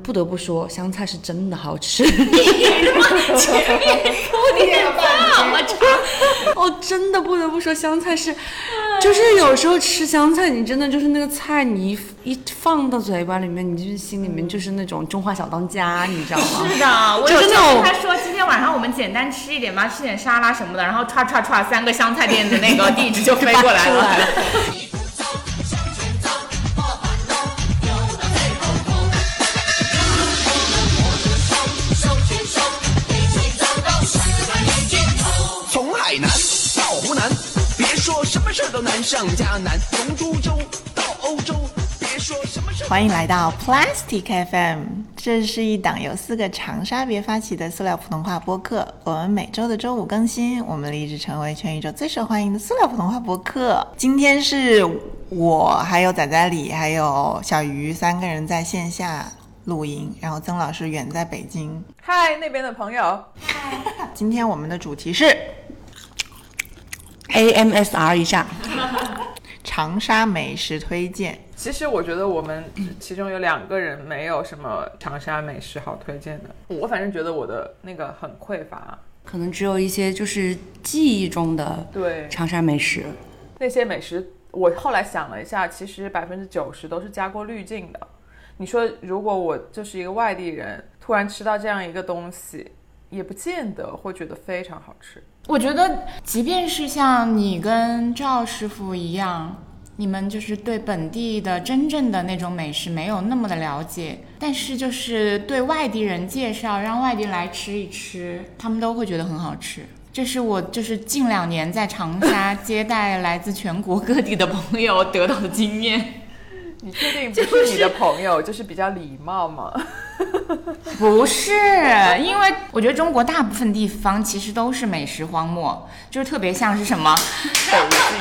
不得不说香菜是真的好吃。 你前面铺垫了这么长， 哦，真的不得不说香菜是，就是有时候吃香菜，你真的就是那个菜，你一放到嘴巴里面，你就是心里面就是那种中华小当家，你知道吗？ 是的，我有跟他说今天晚上我们简单吃一点吧，吃点沙拉什么的，然后歘3个香菜店的那个地址就飞过来了。 从海南到湖南，别说什么事都难上加难。从株洲到欧洲，别说什么事。 欢迎来到 Plastic FM， 这是一档由4个长沙别发起的塑料普通话播客。我们每周的周五更新，我们立志成为全宇宙最受欢迎的塑料普通话播客。今天是我还有仔仔李还有小鱼3个人在线下录音，然后曾老师远在北京。 嗨，那边的朋友。 今天我们的主题是 AMSR 一下， 长沙美食推荐。 其实我觉得我们其中有2个人没有什么长沙美食好推荐的，我反正觉得我的那个很匮乏， 可能只有一些就是记忆中的长沙美食。 那些美食我后来想了一下，其实90%都是加过滤镜的。你说如果我就是一个外地人，突然吃到这样一个东西，也不见得会觉得非常好吃。 我觉得即便是像你跟赵师傅一样，你们就是对本地的真正的那种美食没有那么的了解，但是就是对外地人介绍，让外地来吃一吃，他们都会觉得很好吃。这是我就是近2年在长沙接待来自全国各地的朋友得到的经验。 你确定不是你的朋友，就是比较礼貌吗？ 不是，因为我觉得中国大部分地方其实都是美食荒漠，就是特别像是什么北京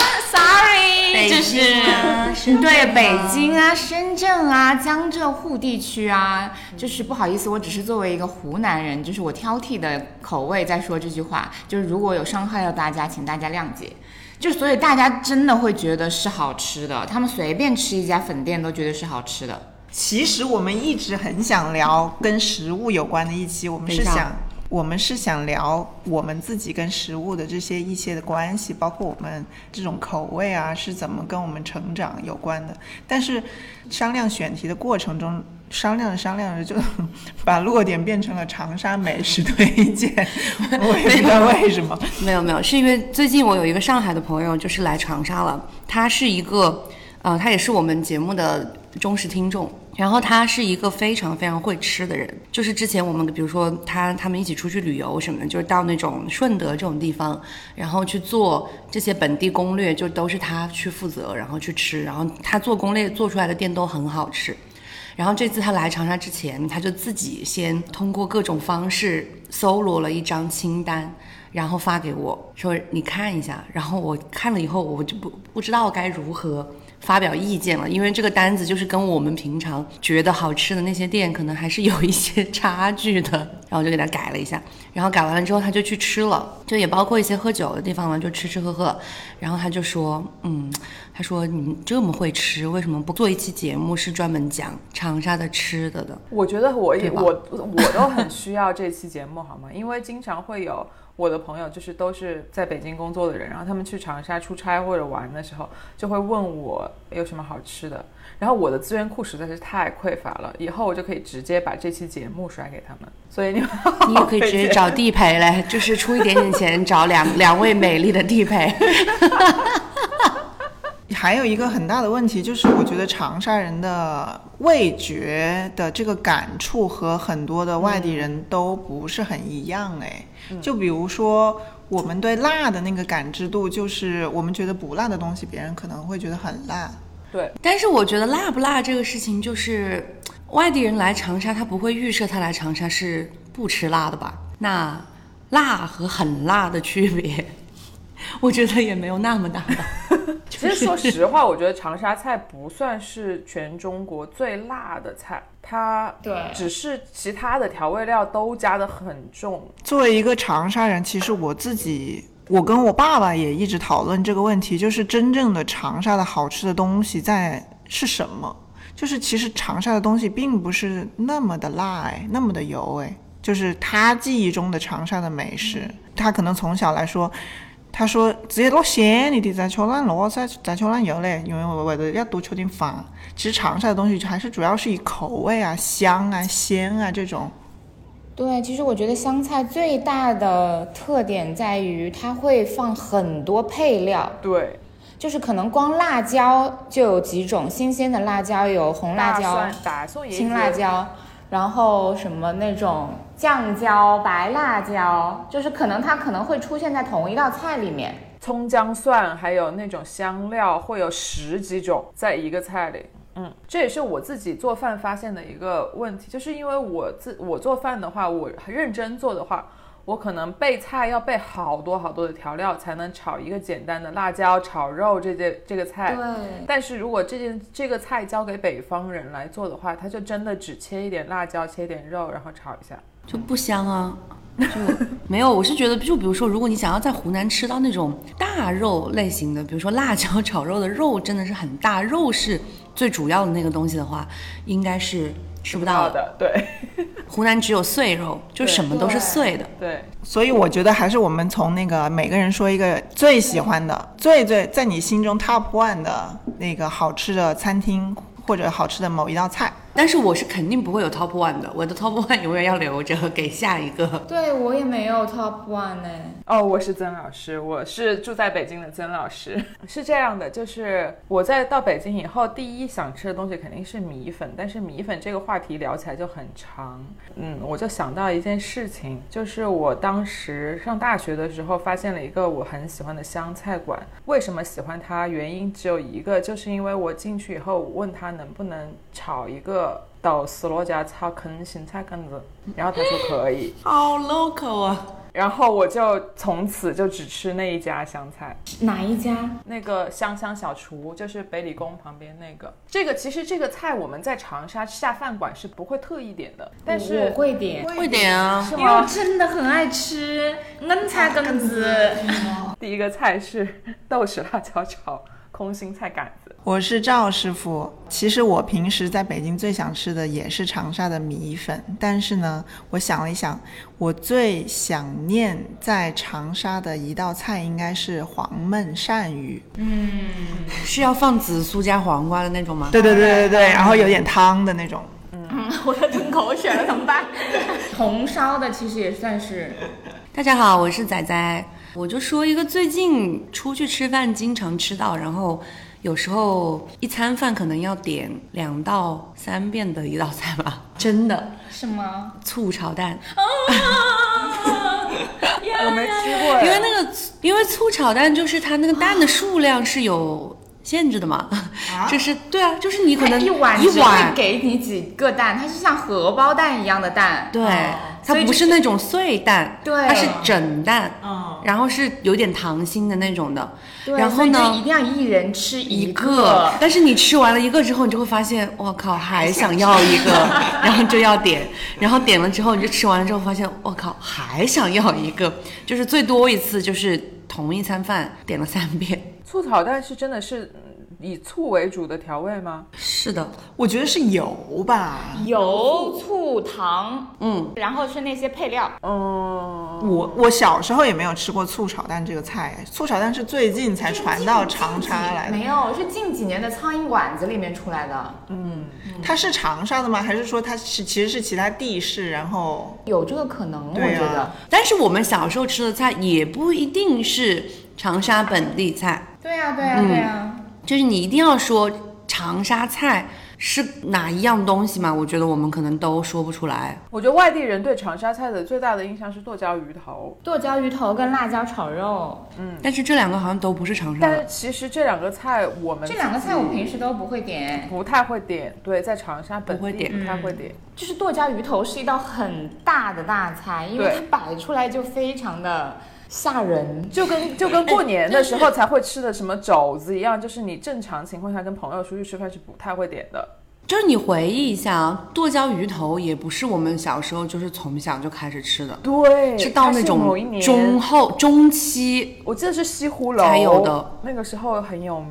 sorry， 就是对北京啊、 嗯深圳啊、江浙沪地区啊，就是不好意思，我只是作为一个湖南人，就是我挑剔的口味在说这句话，就是如果有伤害到大家，请大家谅解。就所以大家真的会觉得是好吃的，他们随便吃一家粉店都觉得是好吃的。 其实我们一直很想聊跟食物有关的一期，我们是想聊我们自己跟食物的这些一些的关系，包括我们这种口味啊是怎么跟我们成长有关的。但是商量选题的过程中，商量着就把落点变成了长沙美食推荐，我也不知道为什么。 没有，是因为最近我有一个上海的朋友就是来长沙了，他是一个他也是我们节目的忠实听众，然后他是一个非常非常会吃的人，就是之前我们比如说他们一起出去旅游什么的，就是到那种顺德这种地方，然后去做这些本地攻略，就都是他去负责，然后去吃，然后他做攻略做出来的店都很好吃。然后这次他来长沙之前，他就自己先通过各种方式搜罗了一张清单，然后发给我说你看一下，然后我看了以后我就不知道该如何发表意见了，因为这个单子就是跟我们平常觉得好吃的那些店可能还是有一些差距的，然后我就给他改了一下，然后改完了之后他就去吃了，就也包括一些喝酒的地方了，就吃喝，然后他就说他说你们这么会吃，为什么不做一期节目是专门讲长沙的吃的？ 我觉得我都很需要这期节目好吗？因为经常会有我的朋友就是都是在北京工作的人，然后他们去长沙出差或者玩的时候就会问我有什么好吃的，然后我的资源库实在是太匮乏了，以后我就可以直接把这期节目甩给他们，所以你也可以直接找地陪嘞，就是出一点点钱找两位美丽的地陪。 还有一个很大的问题就是，我觉得长沙人的味觉的这个感触和很多的外地人都不是很一样就比如说我们对辣的那个感知度，就是我们觉得不辣的东西别人可能会觉得很辣。 对， 但是我觉得辣不辣这个事情，就是外地人来长沙他不会预设他来长沙是不吃辣的吧，那辣和很辣的区别我觉得也没有那么大的。 其实说实话，我觉得长沙菜不算是全中国最辣的菜，它只是其他的调味料都加得很重。 作为一个长沙人，其实我跟我爸爸也一直讨论这个问题，就是真正的长沙的好吃的东西是什么？ 就是其实长沙的东西并不是那么的辣那么的油就是他记忆中的长沙的美食，他可能从小来说，他说直接落咸，你得再吃点肉，再吃点油嘞，因为为了要多吃点饭。其实长沙的东西还是主要是以口味啊、香啊、鲜啊这种。 对，其实我觉得湘菜最大的特点在于它会放很多配料。 对， 就是可能光辣椒就有几种，新鲜的辣椒有红辣椒、青辣椒，然后什么那种酱椒、白辣椒，就是它可能会出现在同一道菜里面。 葱姜蒜还有那种香料会有10几种在一个菜里。这也是我自己做饭发现的一个问题，就是因为我做饭的话，我认真做的话，我可能备菜要备好多好多的调料才能炒一个简单的辣椒炒肉这个菜。 对。 但是如果这个菜交给北方人来做的话，他就真的只切一点辣椒，切一点肉，然后炒一下， 就不香啊。就没有，我是觉得，就比如说，如果你想要在湖南吃到那种大肉类型的，比如说辣椒炒肉的肉真的是很大，肉是最主要的那个东西的话，应该是吃不到的。对， 湖南只有碎肉，就什么都是碎的。 对， 所以我觉得还是我们从那个每个人说一个最喜欢的、最在你心中 top one 的那个好吃的餐厅或者好吃的某一道菜。 但是我是肯定不会有 top one 的，我的 top one 永远要留着给下一个。 对，我也没有 top one 我是曾老师，我是住在北京的曾老师。是这样的，就是我到北京以后，第一想吃的东西肯定是米粉，但是米粉这个话题聊起来就很长。我就想到一件事情，就是我当时上大学的时候发现了一个我很喜欢的湘菜馆。为什么喜欢它？原因只有一个，就是因为我进去以后，我问他能不能炒一个豆丝螺加炒坑芹菜根子，然后他说可以。 好 local 啊！ 然后我就从此就只吃那一家湘菜。 哪一家？ 那个香香小厨，就是北理工旁边那个。其实这个菜我们在长沙下饭馆是不会特意点的，但是我会点， 会点啊， 因为我真的很爱吃嫩菜根子。 第一个菜是豆豉辣椒炒空心菜杆子。 我是赵师傅。其实我平时在北京最想吃的也是长沙的米粉，但是呢，我想了一想，我最想念在长沙的一道菜应该是黄焖鳝鱼。 是要放紫苏加黄瓜的那种吗？ 对，然后有点汤的那种。 我要吞口水了，怎么办？红烧的其实也算是。 大家好，我是仔仔。我就说一个最近出去吃饭经常吃到，然后有时候一餐饭可能要点2到3遍的一道菜吧，真的。 什么？ 醋炒蛋。 我没吃过。 因为醋炒蛋就是它那个蛋的数量是有限制的嘛，就是对啊，就是你可能一碗只会给你几个蛋，它是像荷包蛋一样的蛋。 对，它不是那种碎蛋， 对， 它是整蛋，然后是有点溏心的那种的。 对， 然后呢， 一定要一人吃一个。 但是你吃完了一个之后，你就会发现，我靠，还想要一个，然后就要点，然后点了之后，你就吃完了之后发现，我靠，还想要一个，就是最多一次就是同一餐饭点了3遍。 醋炒蛋是真的是以醋为主的调味吗？ 是的， 我觉得是油吧， 油、醋、糖，然后是那些配料。 我小时候也没有吃过醋炒蛋这个菜，醋炒蛋是最近才传到长沙来的。 没有，是近几年的苍蝇馆子里面出来的。 它是长沙的吗？还是说它其实是其他地市？然后有这个可能，我对啊， 觉得。 但是我们小时候吃的菜也不一定是长沙本地菜。 对呀， 就是你一定要说长沙菜是哪一样东西嘛？我觉得我们可能都说不出来。 我觉得外地人对长沙菜的最大的印象是剁椒鱼头， 剁椒鱼头跟辣椒炒肉。 但是这2个好像都不是长沙的。 但是其实这2个菜我平时都不会点， 不太会点。对，在长沙本地不会点， 不太会点。 就是剁椒鱼头是一道很大的大菜，因为它摆出来就非常的吓人， 就跟过年的时候才会吃的什么肘子一样，就是你正常情况下跟朋友出去吃饭是不太会点的。 就是你回忆一下啊，剁椒鱼头也不是我们小时候就是从小就开始吃的， 对， 是到那种中期， 我记得是西湖楼才有的。 那个时候很有名。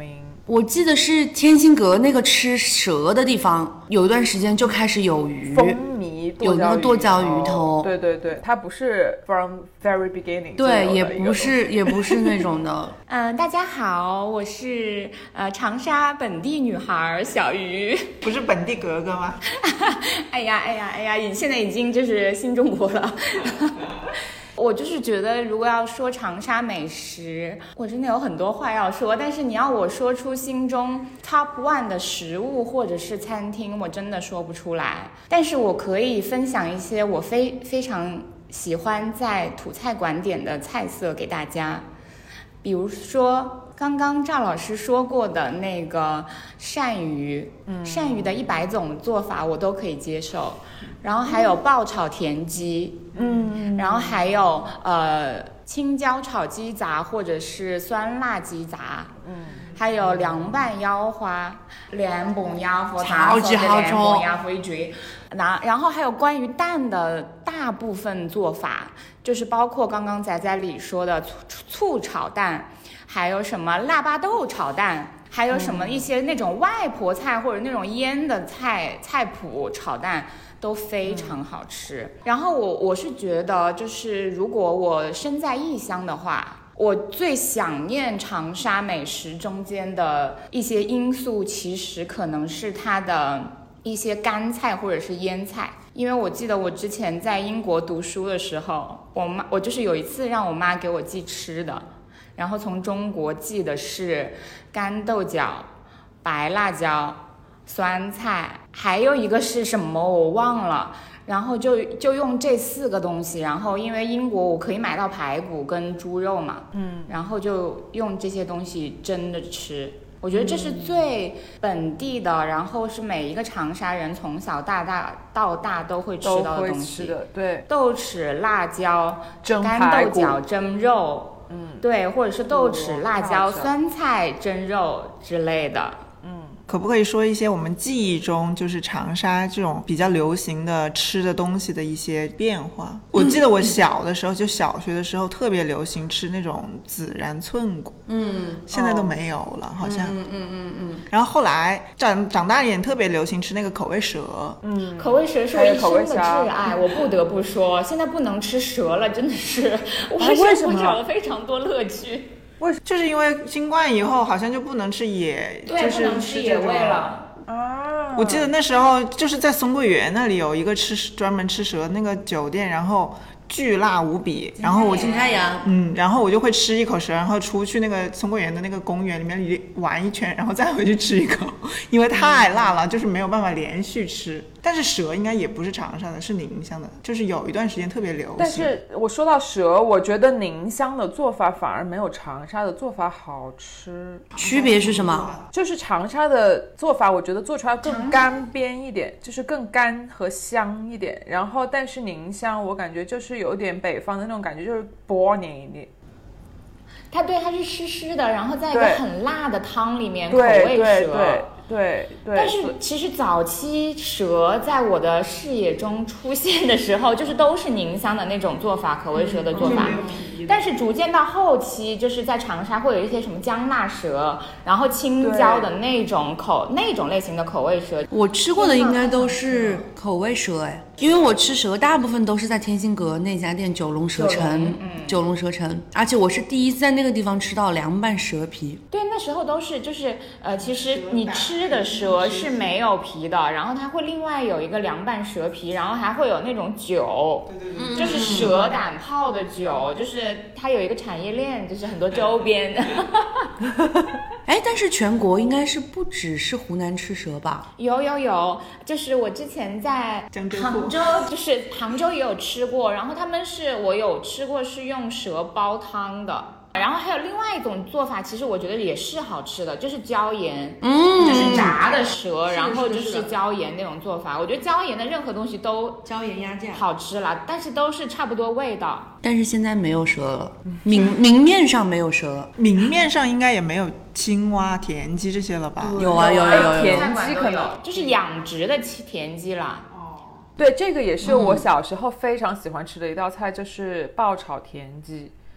我记得是天心阁那个吃蛇的地方，有一段时间就开始有鱼， 风靡有那个剁椒鱼头。 对对对，它不是 from very beginning。 对，也不是那种的。 大家好，我是长沙本地女孩小鱼。 不是本地格格吗？ 哎呀，现在已经就是新中国了。我就是觉得，如果要说长沙美食，我真的有很多话要说，但是你要我说出心中 top one 的食物或者是餐厅，我真的说不出来。但是我可以分享一些我非常喜欢在土菜馆点的菜色给大家，比如说刚刚赵老师说过的那个鳝鱼，鳝鱼的100种做法我都可以接受，然后还有爆炒田鸡，然后还有青椒炒鸡杂或者是酸辣鸡杂，还有凉拌腰花、凉拌腰花、 超级好吃， 凉拌腰花一嘴。然后还有关于蛋的大部分做法，就是包括刚刚仔里说的醋炒蛋，还有什么腊八豆炒蛋，还有什么一些那种外婆菜或者那种腌的菜谱炒蛋都非常好吃。然后我是觉得，就是如果我身在异乡的话，我最想念长沙美食中间的一些因素，其实可能是它的一些干菜或者是腌菜。因为我记得我之前在英国读书的时候，我就是有一次让我妈给我寄吃的，然后从中国寄的是干豆角、白辣椒、酸菜，还有一个是什么我忘了，然后就用这4个东西，然后因为英国我可以买到排骨跟猪肉嘛，然后就用这些东西蒸着吃。我觉得这是最本地的，然后是每一个长沙人从小到大都会吃到的东西。 对， 豆豉、辣椒、 蒸干豆角、蒸肉，对，或者是豆豉、辣椒、酸菜蒸肉之类的。 可不可以说一些我们记忆中就是长沙这种比较流行的吃的东西的一些变化？我记得我小的时候，就小学的时候特别流行吃那种孜然寸骨，现在都没有了，好像。然后后来长大一点，特别流行吃那个口味蛇， 口味蛇是我一生的挚爱，我不得不说，现在不能吃蛇了，真的是我生活少了非常多乐趣。 就是因为新冠以后好像就不能吃野， 对， 就是不能吃野味了。 我记得那时候就是在松桂园那里有一个专门吃蛇那个酒店，然后巨辣无比，然后金太阳， 然后我就会吃一口蛇，然后出去那个松桂园的那个公园里面玩一圈，然后再回去吃一口，因为太辣了，就是没有办法连续吃。但是蛇应该也不是长沙的，是宁乡的，就是有一段时间特别流行。 但是我说到蛇，我觉得宁乡的做法反而没有长沙的做法好吃。 区别是什么？ 就是长沙的做法，我觉得做出来更干煸一点，就是更干和香一点。然后，但是宁乡我感觉就是有点北方的那种感觉，就是 boring 一点。 它是湿湿的，然后在一个很辣的汤里面，口味蛇。 对， 但是其实早期蛇在我的视野中出现的时候，就是都是宁乡的那种做法，口味蛇的做法。但是逐渐到后期，就是在长沙会有一些什么姜辣蛇，然后青椒的那种类型的口味蛇。 我吃过的应该都是口味蛇因为我吃蛇大部分都是在天心阁那家店九龙蛇城，而且我是第一次在那个地方吃到凉拌蛇皮。 对，那时候都是就是其实你吃的蛇是没有皮的，然后它会另外有一个凉拌蛇皮，然后还会有那种酒，就是蛇胆泡的酒，就是它有一个产业链，就是很多周边。 但是全国应该是不只是湖南吃蛇吧？ 有，就是我之前在杭州，就是杭州也有吃过，然后我有吃过是用蛇煲汤的。然后还有另外一种做法，其实我觉得也是好吃的，就是椒盐，就是炸的蛇，然后就是椒盐那种做法。我觉得椒盐的任何东西都椒盐鸭架好吃了，但是都是差不多味道。 但是现在没有蛇了，明面上没有蛇， 明面上应该也没有青蛙、田鸡这些了吧？ 有啊，有田鸡可能就是养殖的田鸡啦。 对，这个也是我小时候非常喜欢吃的一道菜，就是爆炒田鸡。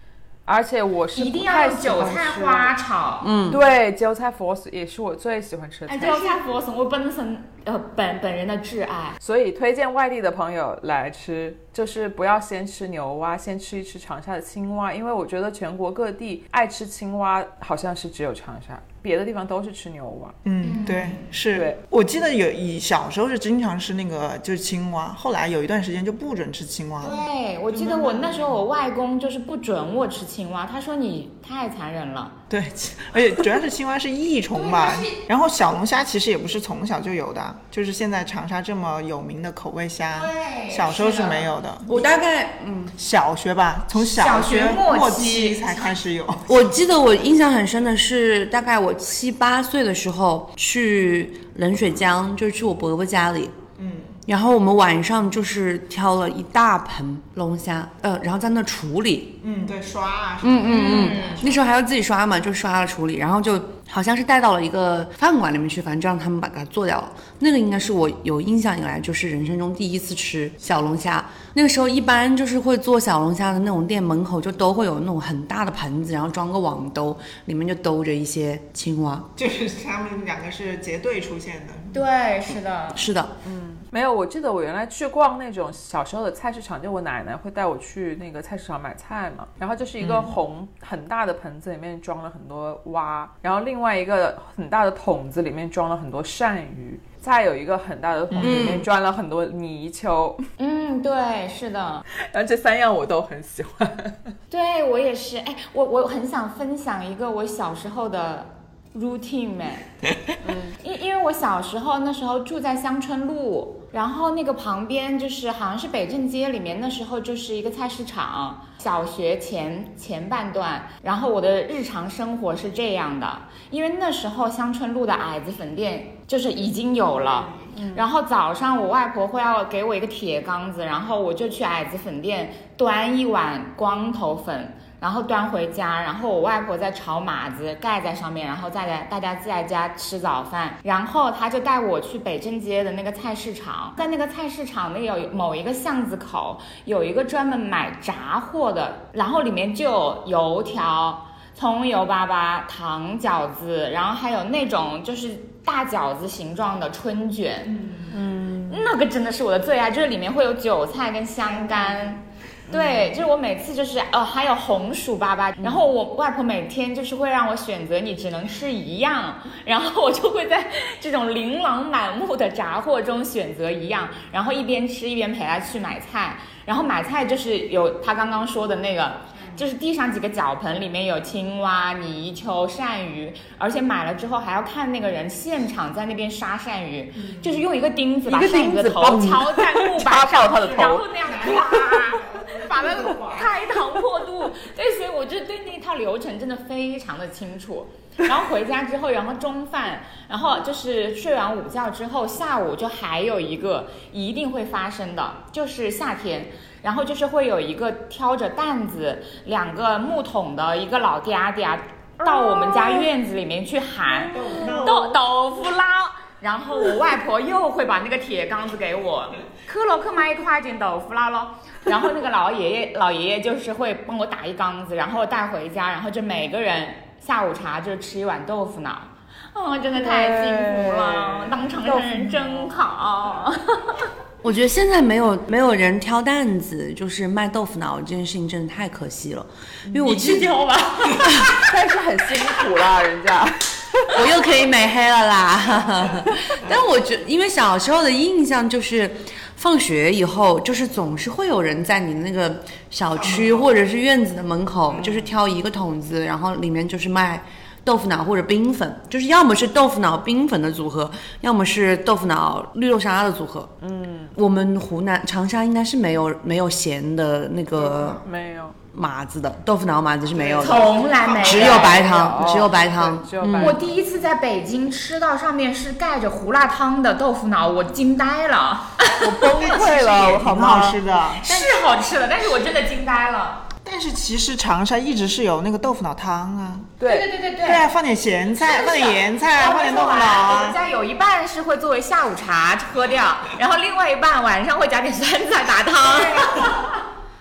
而且我是一定不太要用韭菜花炒。 对，韭菜佛手也是我最喜欢吃的菜。 韭菜佛手我本人的挚爱。 所以推荐外地的朋友来吃，就是不要先吃牛蛙，先吃一吃长沙的青蛙，因为我觉得全国各地爱吃青蛙好像是只有长沙，别的地方都是吃牛蛙。 对，是。 对， 我记得小时候是经常吃那个就是青蛙，后来有一段时间就不准吃青蛙了。 对，我记得我那时候我外公就是不准我吃青蛙，他说你太残忍了。 对，而且主要是青蛙是益虫吧。然后小龙虾其实也不是从小就有的，就是现在长沙这么有名的口味虾，小时候是没有的。 我大概小学吧，从小学末期才开始有。 我记得我印象很深的是，大概我7、8岁的时候去冷水江，就是去我伯伯家里。然后我们晚上就是挑了一大盆龙虾，然后在那处理。 对，刷啊。 那时候还要自己刷嘛，就刷了处理，然后就好像是带到了一个饭馆里面去，反正就让他们把它做掉了。那个应该是我有印象以来就是人生中第一次吃小龙虾。那个时候一般就是会做小龙虾的那种店门口就都会有那种很大的盆子，然后装个网兜，里面就兜着一些青蛙。 就是他们两个是结对出现的。 对，是的， 是的。 没有，我记得我原来去逛那种小时候的菜市场，就我奶奶会带我去那个菜市场买菜嘛，然后就是一个很大的盆子，里面装了很多蛙，然后另外一个很大的桶子里面装了很多鳝鱼，再有一个很大的桶子里面装了很多泥鳅。 对，是的。 然后这3样我都很喜欢。 对，我也是。我很想分享一个我小时候的routine 因为我小时候那时候住在香春路，然后那个旁边就是好像是北正街里面，那时候就是一个菜市场。小学前半段，然后我的日常生活是这样的，因为那时候香春路的矮子粉店就是已经有了。然后早上我外婆会要给我一个铁缸子，然后我就去矮子粉店端一碗光头粉，然后端回家，然后我外婆再炒码子盖在上面，然后大家在家吃早饭。然后她就带我去北正街的那个菜市场，在那个菜市场那有某一个巷子口有一个专门买炸货的，然后里面就有油条、葱油粑粑、糖饺子，然后还有那种就是大饺子形状的春卷。那个真的是我的最爱，就是里面会有韭菜跟香干。对，就是我每次就是还有红薯粑粑，然后我外婆每天就是会让我选择你只能吃一样，然后我就会在这种琳琅满目的炸货中选择一样，然后一边吃一边陪她去买菜。然后买菜就是有她刚刚说的那个，就是地上几个脚盆，里面有青蛙、泥鳅、鳝鱼，而且买了之后还要看那个人现场在那边杀鳝鱼，就是用一个钉子把鳝鱼的头敲在木板上，然后那样把那个开膛破肚。对，所以我就对那套流程真的非常的清楚。然后回家之后，然后中饭，然后就是睡完午觉之后，下午就还有一个一定会发生的，就是夏天，然后就是会有一个挑着担子2个木桶的一个老嗲嗲到我们家院子里面去喊豆腐捞，然后我外婆又会把那个铁缸子给我，去买1块钱豆腐捞咯。然后那个老爷爷就是会帮我打一缸子，然后带回家，然后就每个人下午茶就吃一碗豆腐脑。真的太幸福了，当长沙人真好。 我觉得现在没有人挑担子，就是卖豆腐脑这件事情真的太可惜了，因为我你去挑吧， 但是很辛苦啦，人家。 我又可以美黑了啦。但我觉得，因为小时候的印象就是放学以后就是总是会有人在你那个小区或者是院子的门口，就是挑一个桶子，然后里面就是卖豆腐脑或者冰粉，就是要么是豆腐脑冰粉的组合，要么是豆腐脑绿豆沙的组合。我们湖南长沙应该是没有咸的那个没有码子的，豆腐脑码子是没有的， 从来没有， 只有白糖，只有白糖。 我第一次在北京吃到上面是盖着胡辣汤的豆腐脑，我惊呆了， 我崩溃了， 很好吃的， 是好吃的，但是我真的惊呆了。 但是其实长沙一直是有那个豆腐脑汤啊， 对啊，放点咸菜，放点盐菜，放点豆腐脑啊。 我们家有一半是会作为下午茶喝掉，然后另外一半晚上会加点酸菜打汤。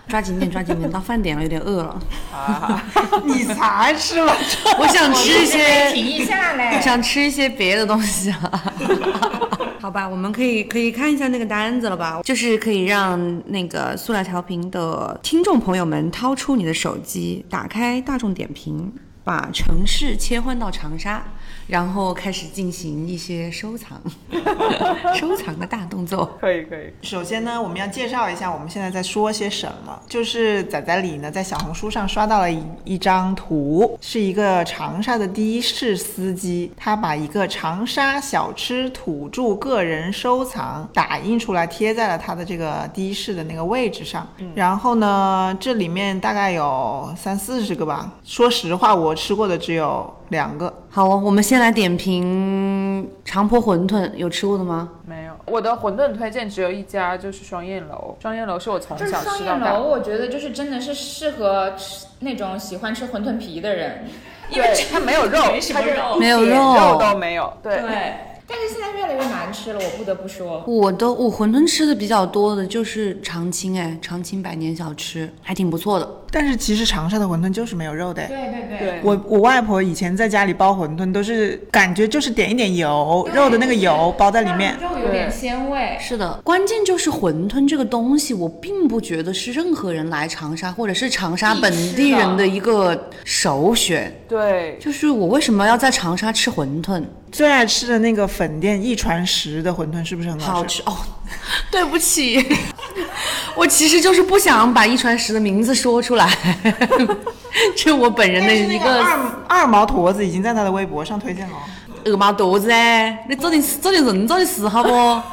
抓紧点，到饭点了，有点饿了。 你才吃了， 我想吃一些， 停一下嘞， 想吃一些别的东西啊。好吧，我们可以看一下那个单子了吧？就是可以让那个塑料调频的听众朋友们掏出你的手机，打开大众点评，把城市切换到长沙，然后开始进行一些收藏的大动作。 可以。 首先呢，我们要介绍一下我们现在在说些什么。就是仔仔李呢在小红书上刷到了一张图，是一个长沙的的士司机，他把一个长沙小吃土著个人收藏打印出来，贴在了他的这个的士的那个位置上。然后呢，这里面大概有30-40个吧。说实话，我吃过的只有2个。 好哦，我们先来点评长坡馄饨，有吃过的吗？ 没有，我的馄饨推荐只有一家，就是双燕楼。双燕楼是我从小双吃到大。 燕楼，我觉得就是真的是适合吃那种喜欢吃馄饨皮的人，因为它没有肉， 它是没有肉都没有。对。 但是现在越来越难吃了，我不得不说。 我馄饨吃的比较多的就是长青，长青百年小吃还挺不错的。 但是其实长沙的馄饨就是没有肉的。 对， 我外婆以前在家里包馄饨都是感觉就是点一点油，肉的那个油包在里面， 肉有点鲜味。 是的，关键就是馄饨这个东西，我并不觉得是任何人来长沙或者是长沙本地人的一个首选。 对， 就是我为什么要在长沙吃馄饨？ 最爱吃的那个粉店一传十的馄饨是不是很好吃？哦，对不起，我其实就是不想把一传十的名字说出来，这我本人的一个二毛坨子已经在他的微博上推荐了。 二毛坨子你做点人做点事好不？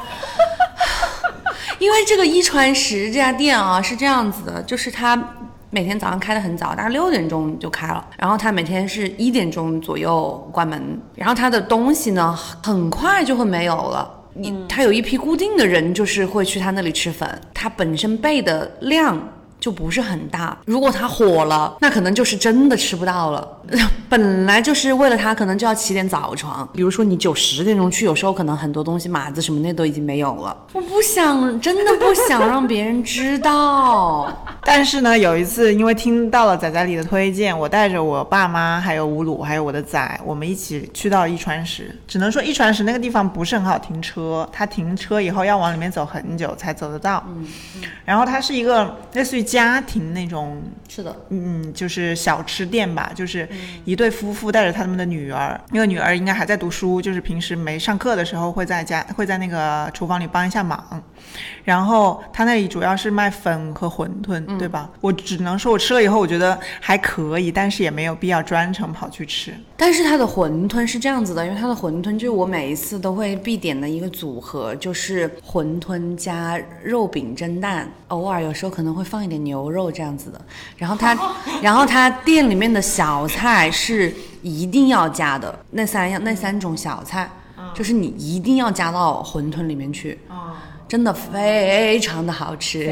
因为这个一传十这家店啊是这样子的，就是它每天早上开得很早，大概6点钟就开了，然后他每天是1点钟左右关门，然后他的东西呢很快就会没有了。他有一批固定的人就是会去他那里吃粉，他本身备的量就不是很大，如果他火了，那可能就是真的吃不到了。本来就是为了他，可能就要起点早床，比如说你9、10点钟去，有时候可能很多东西码子什么那都已经没有了。我不想，真的不想让别人知道。 但是呢，有一次因为听到了仔仔李的推荐，我带着我爸妈还有吴鲁还有我的仔，我们一起去到一传十。只能说一传十那个地方不是很好停车，它停车以后要往里面走很久才走得到。然后它是一个类似于家庭那种， 是的， 就是小吃店吧，就是一对夫妇带着他们的女儿，那个女儿应该还在读书，就是平时没上课的时候会在那个厨房里帮一下忙。然后他那里主要是卖粉和馄饨，对吧？我只能说我吃了以后我觉得还可以，但是也没有必要专程跑去吃。 但是它的馄饨是这样子的，因为它的馄饨就是我每一次都会必点的一个组合，就是馄饨加肉饼蒸蛋，偶尔有时候可能会放一点牛肉这样子的。然后它店里面的小菜是一定要加的，那三种小菜，就是你一定要加到馄饨里面去。真的非常的好吃，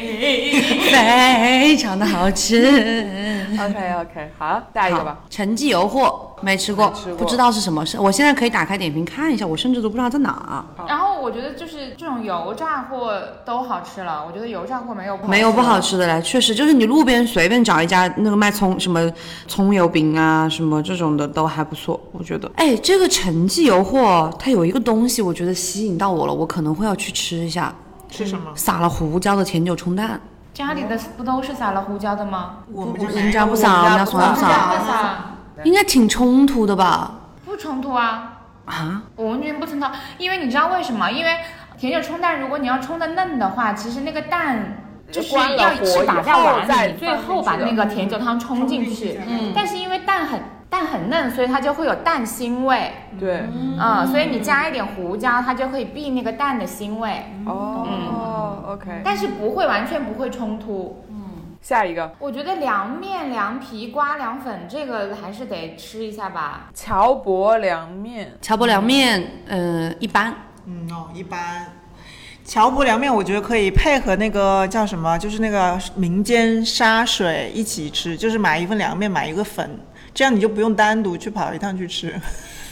非常的好吃。 OK， 好，下一个吧。 陈记油货没吃过，不知道是什么。我现在可以打开点评看一下，我甚至都不知道在哪。 然后我觉得就是这种油炸货都好吃了，我觉得油炸货没有不好吃的嘞，确实就是你路边随便找一家那个卖什么葱油饼啊什么这种的都还不错，我觉得。哎，这个陈记油货它有一个东西，我觉得吸引到我了，我可能会要去吃一下。 是什么？ 撒了胡椒的甜酒冲蛋。 家里的不都是撒了胡椒的吗？ 人家不撒，我们家从来不撒。应该挺冲突的吧？ 不冲突啊！我完全不冲突，因为你知道为什么？因为甜酒冲蛋，如果你要冲的嫩的话，其实那个蛋就是要打在碗里，最后把那个甜酒汤冲进去。但是因为蛋很嫩，所以它就会有蛋腥味。 对， 所以你加一点胡椒，它就可以避那个蛋的腥味。 OK， 但是完全不会冲突。 下一个， 我觉得凉面、凉皮、瓜凉粉这个还是得吃一下吧。 乔伯凉面， 一般。 一般。乔伯凉面我觉得可以配合那个叫什么，就是那个民间沙水一起吃，就是买一份凉面买一个粉，这样你就不用单独去跑一趟去吃。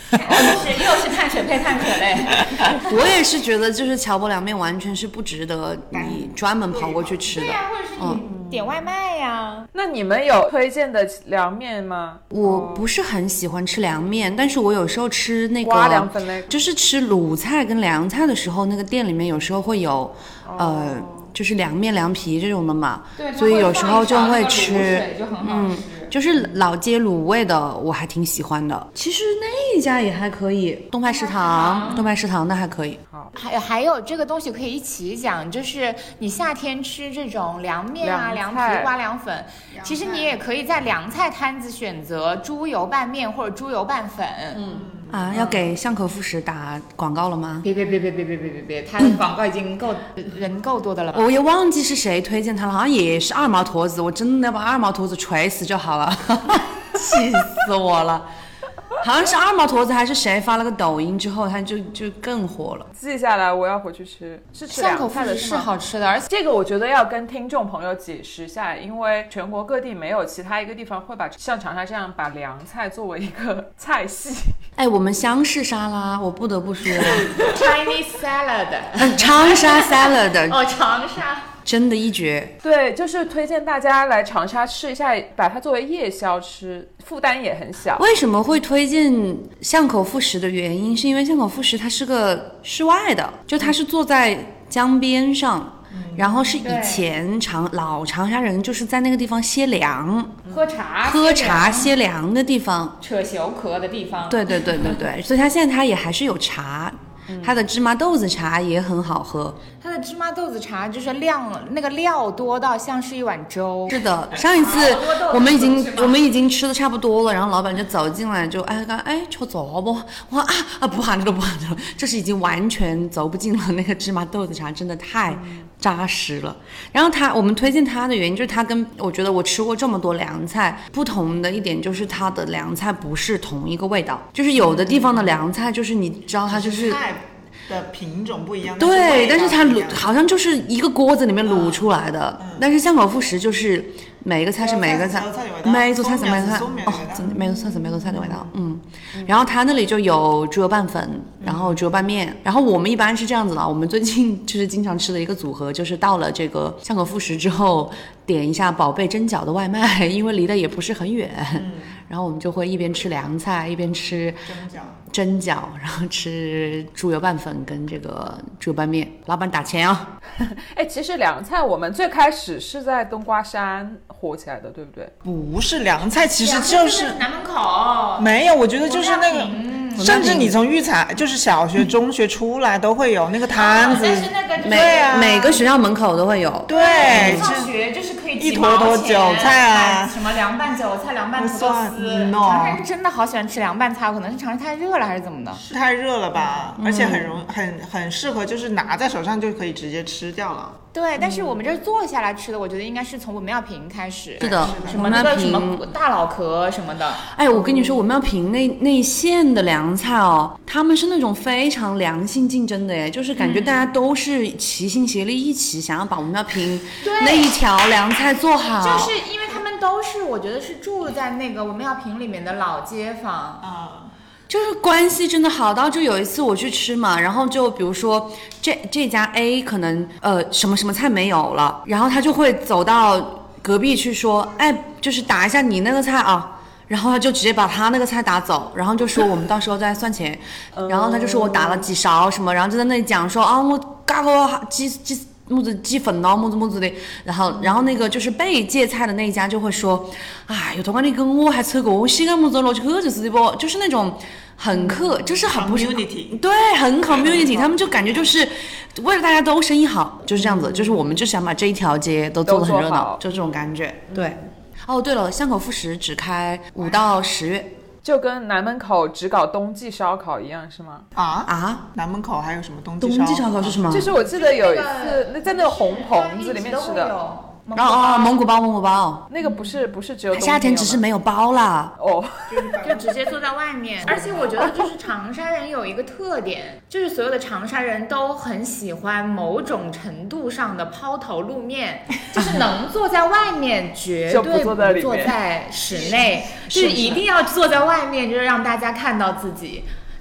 又是碳水配碳水类。 我也是觉得，就是乔博凉面完全是不值得你专门跑过去吃的。 对呀，或者是你点外卖呀。 那你们有推荐的凉面吗？ 我不是很喜欢吃凉面，但是我有时候吃那个瓜凉粉类， 就是吃鲁菜跟凉菜的时候，那个店里面有时候会有就是凉面凉皮这种的嘛， 对， 所以有时候就会吃， 就很好吃。 就是老街卤味的，我还挺喜欢的。其实那一家也还可以，东派食堂的还可以。 还有这个东西可以一起讲，就是你夏天吃这种凉面啊、凉皮、瓜凉粉，其实你也可以在凉菜摊子选择猪油拌面或者猪油拌粉。 要给巷口副食打广告了吗？ 别，他的广告已经人够多的了吧？ 我也忘记是谁推荐他了，好像也是二毛坨子，我真的要把二毛坨子锤死就好了，气死我了。好像是二毛坨子还是谁发了个抖音之后，他就更火了。 记下来，我要回去吃。是吃凉菜的是好吃的，而且这个我觉得要跟听众朋友解释一下，因为全国各地没有其他一个地方会把像长沙这样把凉菜作为一个菜系。 我们湘式沙拉，我不得不说 Chinese salad， 长沙 salad， 长沙。 真的一绝。 对，就是推荐大家来长沙吃一下，把它作为夜宵吃，负担也很小。 为什么会推荐巷口副食的原因，是因为巷口副食它是个室外的，就它是坐在江边上。然后是以前老长沙人就是在那个地方歇凉、喝茶歇凉的地方， 扯袖壳的地方。 对，所以它现在它也还是有茶。它的芝麻豆子茶也很好喝， 它的芝麻豆子茶就是那个料多到像是一碗粥。 是的，上一次我们已经吃的差不多了，然后老板就走进来就吃走不？我说不喊着了，这是已经完全走不进了。那个芝麻豆子茶真的太扎实了。然后我们推荐它的原因就是它跟我觉得我吃过这么多凉菜不同的一点就是它的凉菜不是同一个味道，就是有的地方的凉菜就是你知道它就是的品种不一样， 对，但是它好像就是一个锅子里面卤出来的，但是巷口副食就是每个菜是每个菜，每做菜是每个菜，真的每个菜是每个菜的味道，然后它那里就有猪油拌粉，然后猪油拌面，然后我们一般是这样子的，我们最近就是经常吃的一个组合，就是到了这个巷口副食之后，点一下宝贝蒸饺的外卖，因为离得也不是很远，然后我们就会一边吃凉菜一边吃蒸饺，然后吃猪油拌粉跟这个猪油拌面。老板打钱哦。 其实凉菜我们最开始是在冬瓜山火起来的，对不对？ 不是凉菜，其实就是南门口。 没有，我觉得就是那个，甚至你从育才就是小学、中学出来都会有那个摊子， 但是那个每个学校门口都会有。 对， 上学就是可以一坨坨韭菜啊， 什么凉拌韭菜、凉拌土豆丝。长沙人真的好喜欢吃凉拌菜，可能是长沙太热了还是怎么的？ 是太热了吧，而且很适合，就是拿在手上就可以直接吃掉了。 对，但是我们这坐下来吃的，我觉得应该是从文庙坪开始。 是的， 什么那个什么大脑壳什么的。 我跟你说，文庙坪那一线的凉菜哦，他们是那种非常良性竞争的，就是感觉大家都是齐心协力一起想要把文庙坪那一条凉菜做好。 就是因为他们都是，我觉得是住在那个文庙坪里面的老街坊就是关系真的好到，就有一次我去吃嘛，然后就比如说这家 A 可能什么什么菜没有了，然后他就会走到隔壁去说，就是打一下你那个菜啊，然后他就直接把他那个菜打走，然后就说我们到时候再算钱，然后他就说我打了几勺什么，然后就在那里讲说我嘎个几粉咯，么子的，然后那个就是被借菜的那一家就会说，有同你跟我还扯过西干么子逻辑课就是的不，就是那种很客，就是很不是 community， 对，很 community， 他们就感觉就是为了大家都生意好，就是这样子，就是我们就想把这一条街都做得很热闹，就这种感觉。对，对了，巷口副食只开5到10月。 就跟南门口只搞冬季烧烤一样是吗？ 南门口还有什么冬季烧烤是什么？ 就是我记得有一次在那个红棚子里面吃的。 蒙古包， 那个不是只有夏天只是没有包啦。 就直接坐在外面。而且我觉得就是长沙人有一个特点，就是所有的长沙人都很喜欢某种程度上的抛头露面，就是能坐在外面，绝对不坐在室内，就是一定要坐在外面，就是让大家看到自己。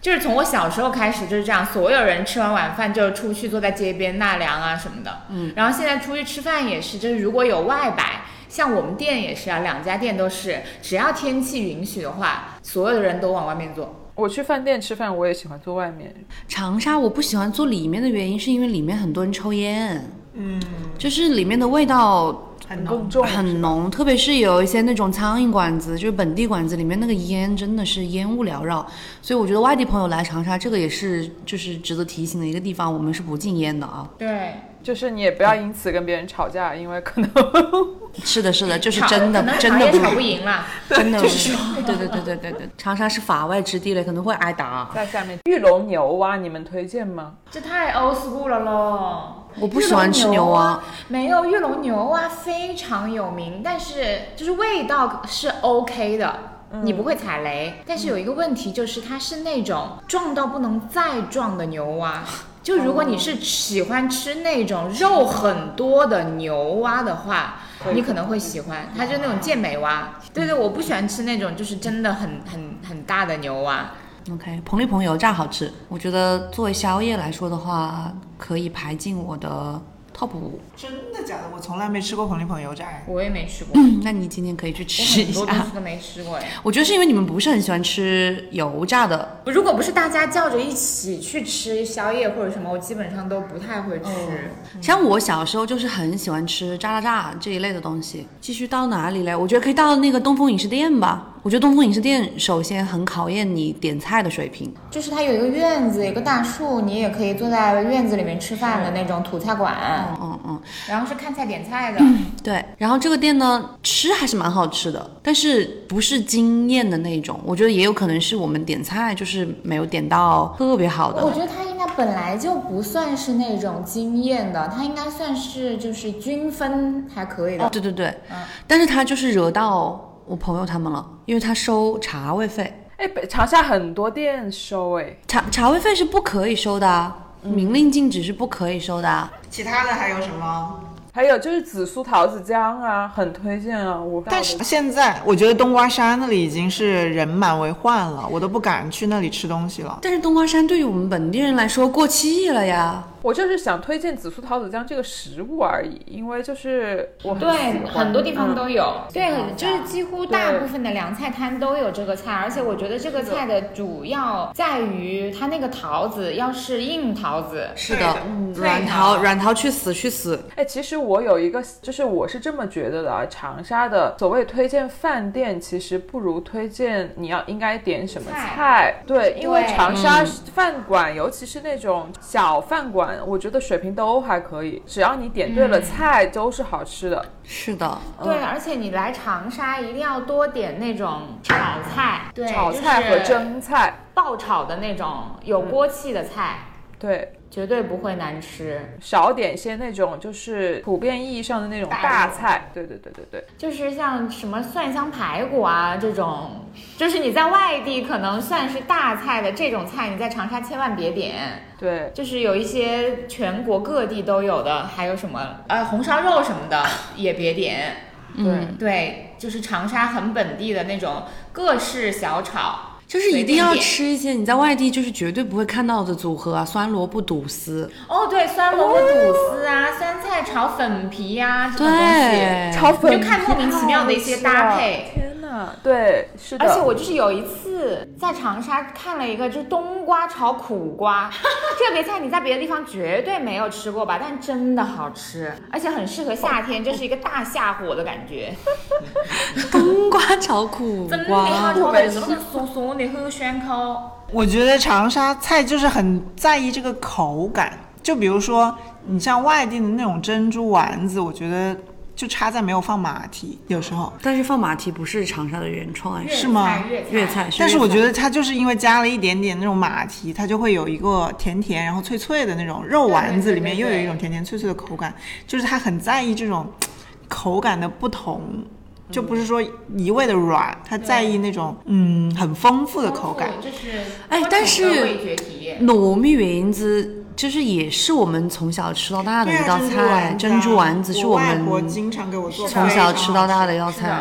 就是从我小时候开始就是这样，所有人吃完晚饭就出去坐在街边纳凉啊什么的。然后现在出去吃饭也是，就是如果有外摆，像我们店也是啊，2家店都是，只要天气允许的话，所有的人都往外面坐。 我去饭店吃饭，我也喜欢坐外面。 长沙我不喜欢坐里面的原因，是因为里面很多人抽烟，就是里面的味道更重， 很浓，特别是有一些那种苍蝇馆子，就是本地馆子里面那个烟真的是烟雾缭绕，所以我觉得外地朋友来长沙，这个也是就是值得提醒的一个地方，我们是不禁烟的啊。 对， 就是你也不要因此跟别人吵架，因为可能是的，就是真的吵不赢了， 真的是对，长沙是法外之地了，可能会挨打。 在下面玉龙牛蛙，你们推荐吗？ 这太 old school 了咯。 我不喜欢吃牛蛙， 没有，玉龙牛蛙非常有名，但是就是味道是 OK 的，你不会踩雷。但是有一个问题就是它是那种壮到不能再壮的牛蛙。就如果你是喜欢吃那种肉很多的牛蛙的话，你可能会喜欢，它就是那种健美蛙。对，我不喜欢吃那种就是真的很大的牛蛙。 OK， 彭丽鹏油炸好吃，我觉得作为宵夜来说的话，可以排进我的 top 5。 真的假的？我从来没吃过彭丽鹏油炸。 我也没吃过。 那你今天可以去吃一下。 我很多东西都没吃过哎。 我觉得是因为你们不是很喜欢吃油炸的。 如果不是大家叫着一起去吃宵夜或者什么，我基本上都不太会吃。 像我小时候就是很喜欢吃炸这一类的东西。继续到哪里嘞？我觉得可以到那个东风影视店吧。我觉得东风影视店首先很考验你点菜的水平， 就是它有一个院子，有个大树，你也可以坐在院子里面吃饭的那种土菜馆。然后是看菜点菜的。 对，然后这个店呢吃还是蛮好吃的，但是不是惊艳的那种。我觉得也有可能是我们点菜就是没有点到特别好的。 我觉得它应该本来就不算是那种惊艳的，它应该算是就是均分还可以的。 对，但是它就是惹到我朋友他们了，因为他收茶位费。 长沙很多店收茶位费是不可以收的啊，明令禁止是不可以收的啊。 其他的还有什么？ 还有就是紫苏桃子姜啊，很推荐啊。 但是现在我觉得冬瓜山那里已经是人满为患了，我都不敢去那里吃东西了。 但是冬瓜山对于我们本地人来说过气了呀。 我就是想推荐紫苏桃子姜这个食物而已，因为就是我很喜欢， 对，很多地方都有。对，就是几乎大部分的凉菜摊都有这个菜，而且我觉得这个菜的主要在于它那个桃子要是硬桃子。 是的，软桃去死。 其实我有一个，就是我是这么觉得的啊，长沙的所谓推荐饭店，其实不如推荐你应该点什么菜。对，因为长沙饭馆，尤其是那种小饭馆，我觉得水平都还可以，只要你点对了菜，都是好吃的。 是的， 对，而且你来长沙一定要多点那种炒菜，对， 炒菜和蒸菜， 爆炒的那种有锅气的菜， 对。 绝对不会难吃， 少点一些那种就是普遍意义上的那种大菜。对， 就是像什么蒜香排骨啊这种，就是你在外地可能算是大菜的这种菜，你在长沙千万别点。 对， 就是有一些全国各地都有的，还有什么红烧肉什么的也别点。对，就是长沙很本地的那种各式小炒。 就是一定要吃一些你在外地就是绝对不会看到的组合啊，酸萝卜肚丝。 对，酸萝卜肚丝啊，酸菜炒粉皮呀，这种东西， 炒粉皮就看莫名其妙的一些搭配。 天哪，对，是的。 而且我就是有一次在长沙看了一个，就是冬瓜炒苦瓜，这个菜你在别的地方绝对没有吃过吧？但真的好吃，而且很适合夏天，就是一个大下火的感觉。 冬瓜炒苦瓜， 真的好吃，就是那个酥酥的很咸口。 我觉得长沙菜就是很在意这个口感，就比如说你像外地的那种珍珠丸子，我觉得就差在没有放马蹄，有时候。 但是放马蹄不是长沙的原创， 是吗？ 粤菜。 但是我觉得它就是因为加了一点点那种马蹄，它就会有一个甜甜然后脆脆的那种肉丸子，里面又有一种甜甜脆脆的口感，就是它很在意这种口感的不同。就不是说一味的软，它在意那种很丰富的口感。 就是但是糯米圆子就是也是我们从小吃到大的一道菜，珍珠丸子是我们外婆经常给我做， 从小吃到大的一道菜。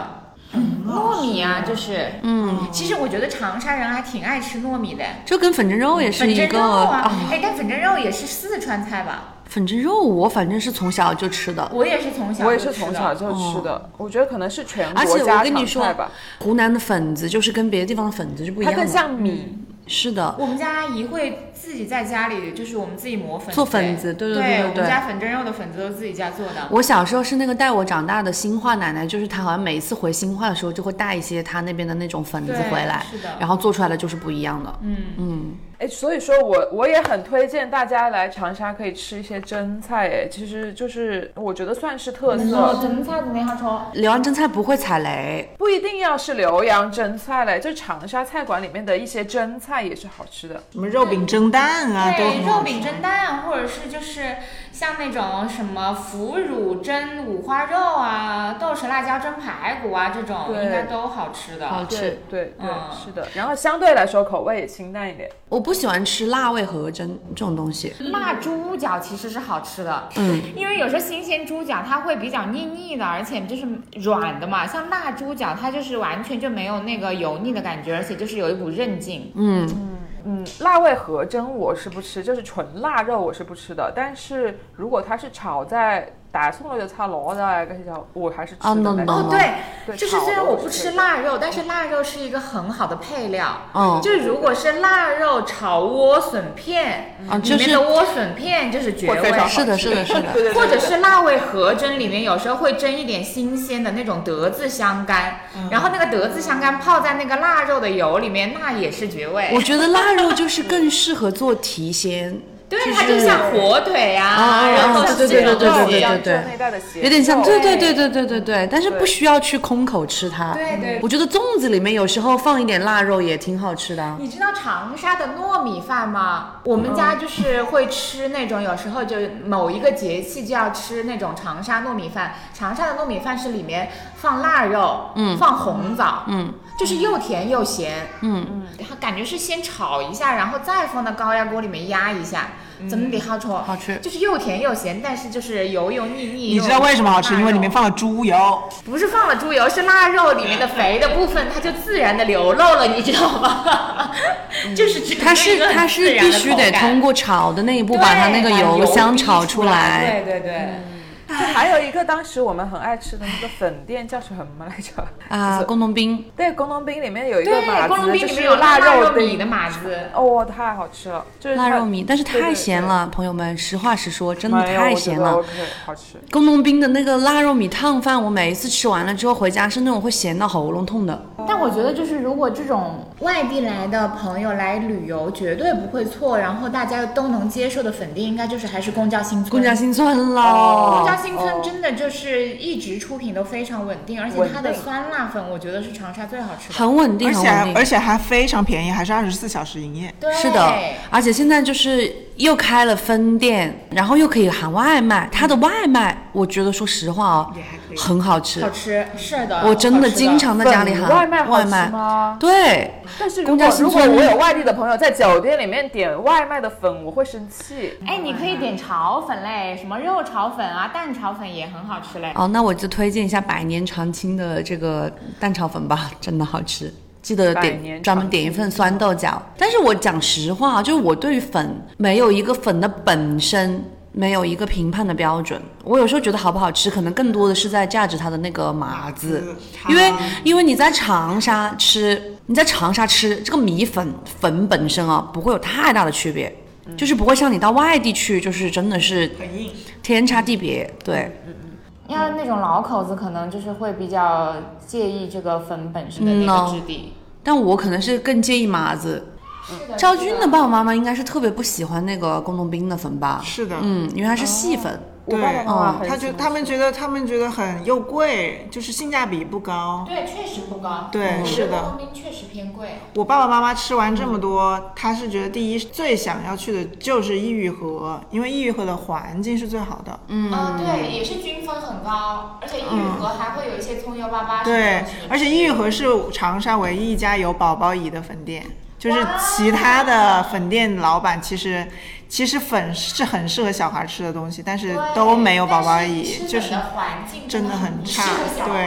糯米啊，就是其实我觉得长沙人还挺爱吃糯米的， 就跟粉蒸肉也是一个粉蒸肉啊，但粉蒸肉也是四川菜吧？ 粉蒸肉我反正是从小就吃的， 我也是从小就吃的，我觉得可能是全而且国家我跟你说常菜吧。 湖南的粉子就是跟别的地方的粉子是不一样的， 它更像米。 是的， 我们家阿姨会自己在家里，就是我们自己磨粉做粉子，对， 我们家粉蒸肉的粉子都是自己家做的。 我小时候是那个带我长大的新化奶奶，就是她好像每一次回新化的时候就会带一些她那边的那种粉子回来， 是的， 然后做出来的就是不一样的。 所以说我也很推荐大家来长沙可以吃一些蒸菜，其实就是我觉得算是特色。 蒸菜怎么样说？ 浏阳蒸菜不会踩雷， 不一定要是浏阳蒸菜嘞，就长沙菜馆里面的一些蒸菜也是好吃的， 什么肉饼蒸蛋啊，都对，肉饼蒸蛋，或者是就是像那种什么腐乳蒸五花肉啊，豆豉辣椒蒸排骨啊，这种应该都好吃的。 好吃， 对，是的。然后相对来说口味也清淡一点。 我不喜欢吃辣味河蒸这种东西。 辣猪脚其实是好吃的，因为有时候新鲜猪脚它会比较腻腻的，而且就是软的嘛。像辣猪脚它就是完全就没有那个油腻的感觉，而且就是有一股韧劲。 辣味河蒸我是不吃，就是纯腊肉我是不吃的。但是如果它是炒在大葱类的炒螺的那些，我还是吃的。 对，就是虽然我不吃腊肉，但是腊肉是一个很好的配料。就是如果是腊肉炒莴笋片，里面的莴笋片就是绝味。 是的。 或者是辣味河蒸，里面有时候会蒸一点新鲜的那种德字香干，然后那个德字香干泡在那个腊肉的油里面，那也是绝味。 我觉得腊肉就是更适合做提鲜。 对，它就像火腿啊，然后对，有点像，对，但是不需要去空口吃它。 对， 我觉得粽子里面有时候放一点腊肉也挺好吃的。 你知道长沙的糯米饭吗？我们家就是会吃那种，有时候就某一个节气就要吃那种长沙糯米饭。长沙的糯米饭是里面放腊肉，放红枣，就是又甜又咸，它感觉是先炒一下，然后再放到高压锅里面压一下，怎么得好吃？ 好吃， 就是又甜又咸，但是就是油腻腻。 你知道为什么好吃？因为里面放了猪油。 不是放了猪油，是腊肉里面的肥的部分，它就自然的流露了，你知道吗？就是它是必须得通过炒的那一步把它那个油香炒出来。 对。 就还有一个当时我们很爱吃的那个粉店叫什么来着？ 工农兵。 对，工农兵里面有一个码子， 就是腊肉米的码子。 太好吃了，就是腊肉米，但是太咸了，朋友们，实话实说，真的太咸了。 好吃。 工农兵的那个腊肉米烫饭，我每一次吃完了之后回家是那种会咸到喉咙痛的。 但我觉得就是如果这种外地来的朋友来旅游，绝对不会错，然后大家都能接受的粉店，应该就是还是公交新村。 公交新村咯。 公交新村真的就是一直出品都非常稳定，而且它的酸辣粉我觉得是长沙最好吃的， 很稳定， 而且还非常便宜，还是24小时营业。 对， 是的，而且现在就是又开了分店，然后又可以喊外卖，它的外卖我觉得说实话很好吃， 好吃，是的， 我真的经常在家里喊外卖吗？ 对。 但是如果我有外地的朋友在酒店里面点外卖的粉，我会生气。 你可以点炒粉类，什么肉炒粉啊、蛋炒粉也很好吃嘞。 那我就推荐一下百年长青的这个蛋炒粉吧，真的好吃。记得专门点一份酸豆角。但是我讲实话，就是我对于粉没有一个粉的本身没有一个评判的标准。我有时候觉得好不好吃，可能更多的是在价值它的那个码子。因为你在长沙吃这个米粉本身不会有太大的区别，就是不会像你到外地去，就是真的是天差地别。对。 要那种老口子可能就是会比较介意这个粉本身的那个质地， 但我可能是更介意码子。赵军的爸爸妈妈应该是特别不喜欢那个工农兵的粉吧？ 是的， 因为它是细粉。 对，他们觉得很又贵，就是性价比不高。 对，确实不高。 对，是的。 工农兵确实偏贵。 我爸爸妈妈吃完这么多，他是觉得第一最想要去的就是益裕和，因为益裕和的环境是最好的。 对，也是均分很高，而且益裕和还会有一些葱油粑粑。 对，而且益裕和是长沙唯一一家有宝宝椅的粉店。就是其他的粉店老板其实粉是很适合小孩吃的东西，但是都没有宝宝椅，就是环境真的很差。对，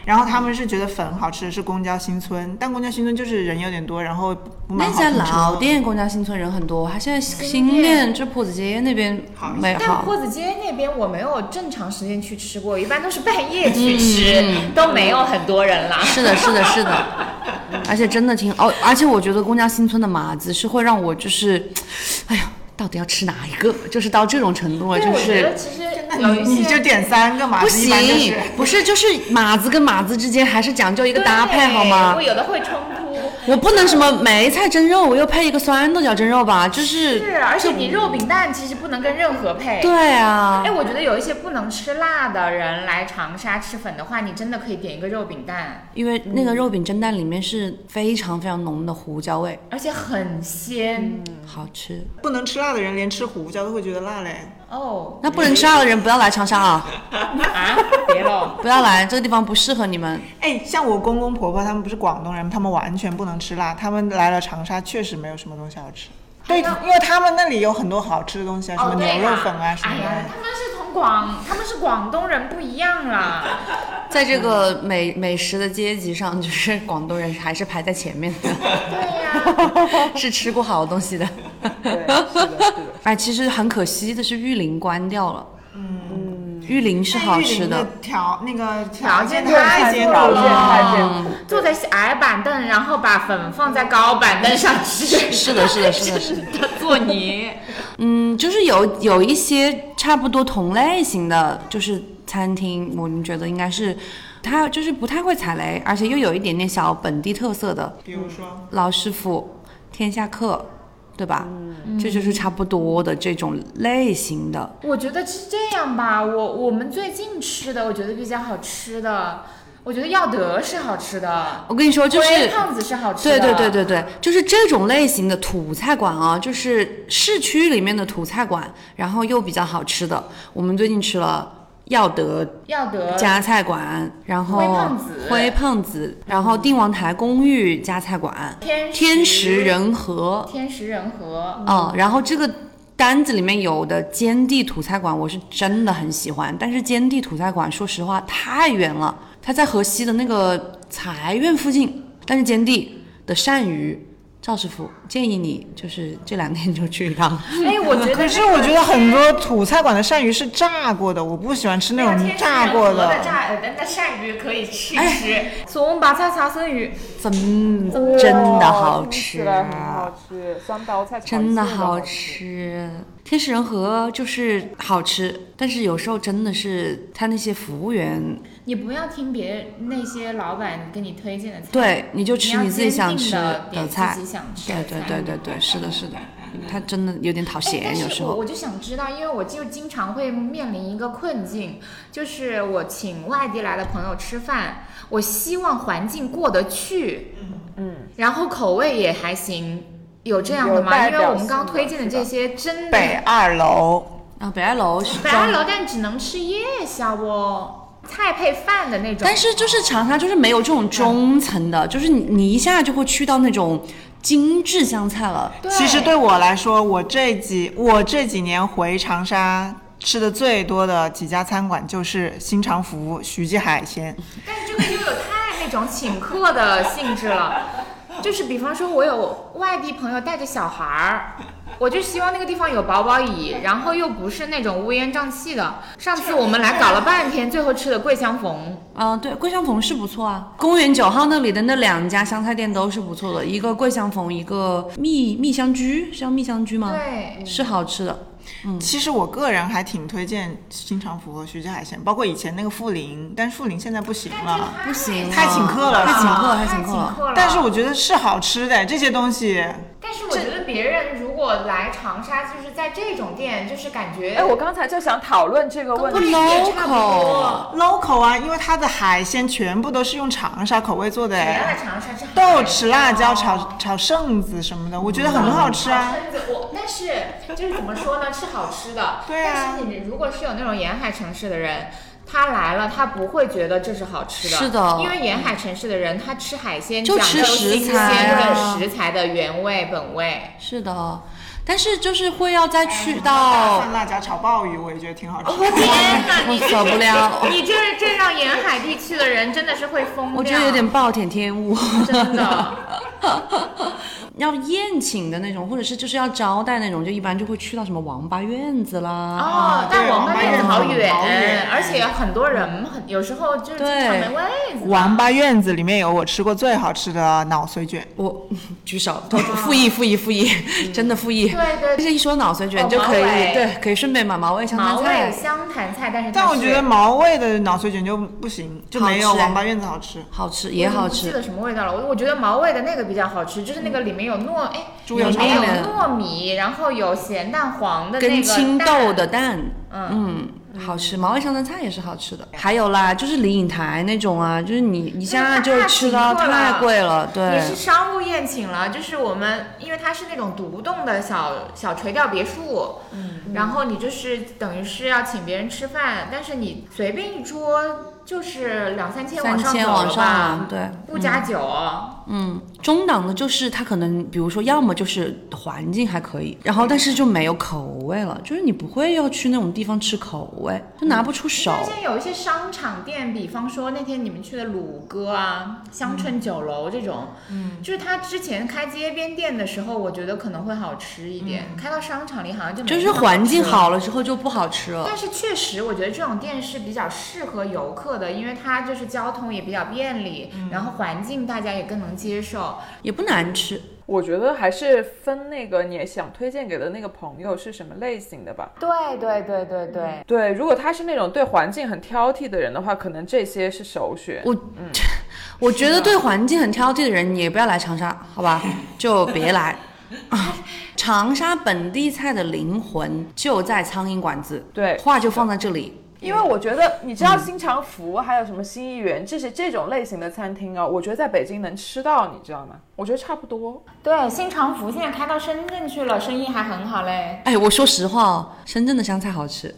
然后他们是觉得粉好吃的是公交新村，但公交新村就是人有点多，然后不蛮那家好停车。 老店公交新村人很多，它现在新店就坡子街那边没好。 但坡子街那边我没有正常时间去吃过，一般都是半夜去吃，都没有很多人啦。 是的，是的，是的，而且真的而且我觉得公交新村的麻子是会让我就是，哎呀，到底要吃哪一个？就是到这种程度了，就我觉得是。 其实有一些你就点3个麻不子，一般就行是， 不是，就是麻子跟麻子之间还是讲究一个搭配，好吗我？有的会冲突。 我不能什么梅菜蒸肉，我又配一个酸豆角蒸肉吧，就是而且你肉饼蛋其实不能跟任何配。 对啊哎，，我觉得有一些不能吃辣的人来长沙吃粉的话，你真的可以点一个肉饼蛋， 因为那个肉饼蒸蛋里面是非常非常浓的胡椒味， 而且很鲜。 好吃。 不能吃辣的人连吃胡椒都会觉得辣嘞。 哦， 那不能吃辣的人不要来长沙啊， 啊，别了。 不要来，这个地方不适合你们。 哎，像我公公婆婆他们不是广东人，他们完全不能吃辣，他们来了长沙确实没有什么东西好吃。对，因为他们那里有很多好吃的东西啊，什么牛肉粉啊什么的。 哎呀，他们是广东人不一样啦。 在这个美食的阶级上，就是广东人还是排在前面的， 对呀， 是吃过好东西的。 对，是的，是的。 哎，其实很可惜的是玉林关掉了。玉林是好吃的。 那个条件太艰苦条件太艰了。 苦。 坐在矮板凳，然后把粉放在高板凳上吃。 是的，是的，是的，是的。 做泥。 就是有一些差不多同类型的，就是餐厅，我们觉得应该是，它就是不太会踩雷，而且又有一点点小本地特色的， 比如说老师傅、天下客，对吧？这就是差不多的这种类型的。 我觉得是这样吧，我们最近吃的，我觉得比较好吃的，我觉得耀德是好吃的， 我跟你说，就是龟胖子是好吃的， 对，就是这种类型的土菜馆啊，就是市区里面的土菜馆，然后又比较好吃的。我们最近吃了耀德家菜馆，然后灰胖子，然后定王台公寓家菜馆，天时人和，然后这个单子里面有的坚地土菜馆我是真的很喜欢，但是坚地土菜馆说实话太远了，它在河西的那个财院附近，但是坚地的鳝鱼，赵师傅建议你就是这2天就去一趟。 哎，我觉得可是我觉得很多土菜馆的鳝鱼是炸过的，我不喜欢吃那种炸过的。 那鳝鱼可以吃一吃，松白菜炒生鱼真的好吃， 很好吃，酸包菜真的好吃。天时人和就是好吃，但是有时候真的是他那些服务员， 你不要听那些老板给你推荐的菜， 对，你就吃你自己想吃的菜。对，是的，他真的有点讨嫌，有时候。 我就想知道，因为我就经常会面临一个困境，就是我请外地来的朋友吃饭，我希望环境过得去，然后口味也还行。有这样的吗？因为我们刚推荐的这些真的北2楼啊，北2楼是北2楼，但只能吃夜宵哦，菜配饭的那种。 但是就是长沙就是没有这种中层的，就是你一下就会去到那种精致湘菜了。 其实对我来说，我这几年回长沙吃的最多的几家餐馆就是新长福、徐记海鲜。 但是这个又有太那种请客的性质了。就是比方说我有外地朋友带着小孩儿，我就希望那个地方有宝宝椅，然后又不是那种乌烟瘴气的。上次我们来搞了半天，最后吃的桂香逢。 对，桂香逢是不错啊。公园9号那里的那2家湘菜店都是不错的，一个桂香逢，一个蜜香居，是叫蜜香居吗？ 对， 是好吃的。 其实我个人还挺推荐新长福和徐记海鲜，包括以前那个富林，但是富林现在不行了， 不行了， 太请客了， 太请客了。 但是我觉得是好吃的这些东西。 但是我觉得别人如果来长沙，就是在这种店，就是感觉， 哎，我刚才就想讨论这个问题。 local 啊，因为它的海鲜全部都是用长沙口味做的，豆豉辣椒炒圣子什么的，我觉得很好吃啊。 但是就是怎么说呢，是好吃的。 对啊。 但是你如果是有那种沿海城市的人，他来了，他不会觉得这是好吃的。 是的， 因为沿海城市的人，他吃海鲜就吃食材食材的原味本味。 是的， 但是就是会要再去大到蒜辣椒炒鲍鱼，我也觉得挺好吃的。 我天哪， 我受不了你这让沿海地区的人真的是会疯掉。 我觉得有点暴殄天物， 真的。 要宴请的那种，或者是就是要招待那种，就一般就会去到什么王八院子啦。 哦，但王八院子好好远而且很多人有时候就是经常没位子。 王八院子里面有我吃过最好吃的脑髓卷， 我举手，复议，真的复议。 对。 但是一说脑髓卷就可以，对，可以顺便把毛味香菜。 毛味湘潭菜， 但我觉得毛味的脑髓卷就不行，就没有王八院子好吃。 好吃也好吃。 不记得什么味道了，我觉得毛味的那个比较好吃，就是那个里面有猪油肠里面有糯米，然后有咸蛋黄的那个跟青豆的蛋， 好吃。毛味香菜菜也是好吃的。还有啦，就是李颖台那种啊，就是你一下就吃到太贵了，对。 也是商务宴请了，就是我们因为它是那种独栋的小垂钓别墅，然后你就是等于是要请别人吃饭，但是你随便一桌就是2-3千往上走了吧， 对， 不加酒。 中档的就是它可能比如说要么就是环境还可以，然后但是就没有口味了，就是你不会要去那种地方吃口味，就拿不出手。 现在有一些商场店，比方说那天你们去的鲁歌啊、香椿酒楼这种，就是他之前开街边店的时候，我觉得可能会好吃一点，开到商场里好像就是环境好了之后就不好吃了。 但是确实我觉得这种店是比较适合游客的，因为它就是交通也比较便利，然后环境大家也更能接受， 也不难吃。 我觉得还是分那个你想推荐给的那个朋友是什么类型的吧。 对， 如果他是那种对环境很挑剔的人的话，可能这些是首选。 我觉得对环境很挑剔的人，你也不要来长沙，好吧？就别来。长沙本地菜的灵魂就在苍蝇馆子， 对， 话就放在这里。 因为我觉得，你知道新长福还有什么新艺园这种类型的餐厅啊，我觉得在北京能吃到，你知道吗？我觉得差不多。 对，新长福现在开到深圳去了，生意还很好嘞。 哎，我说实话哦，深圳的香菜好吃。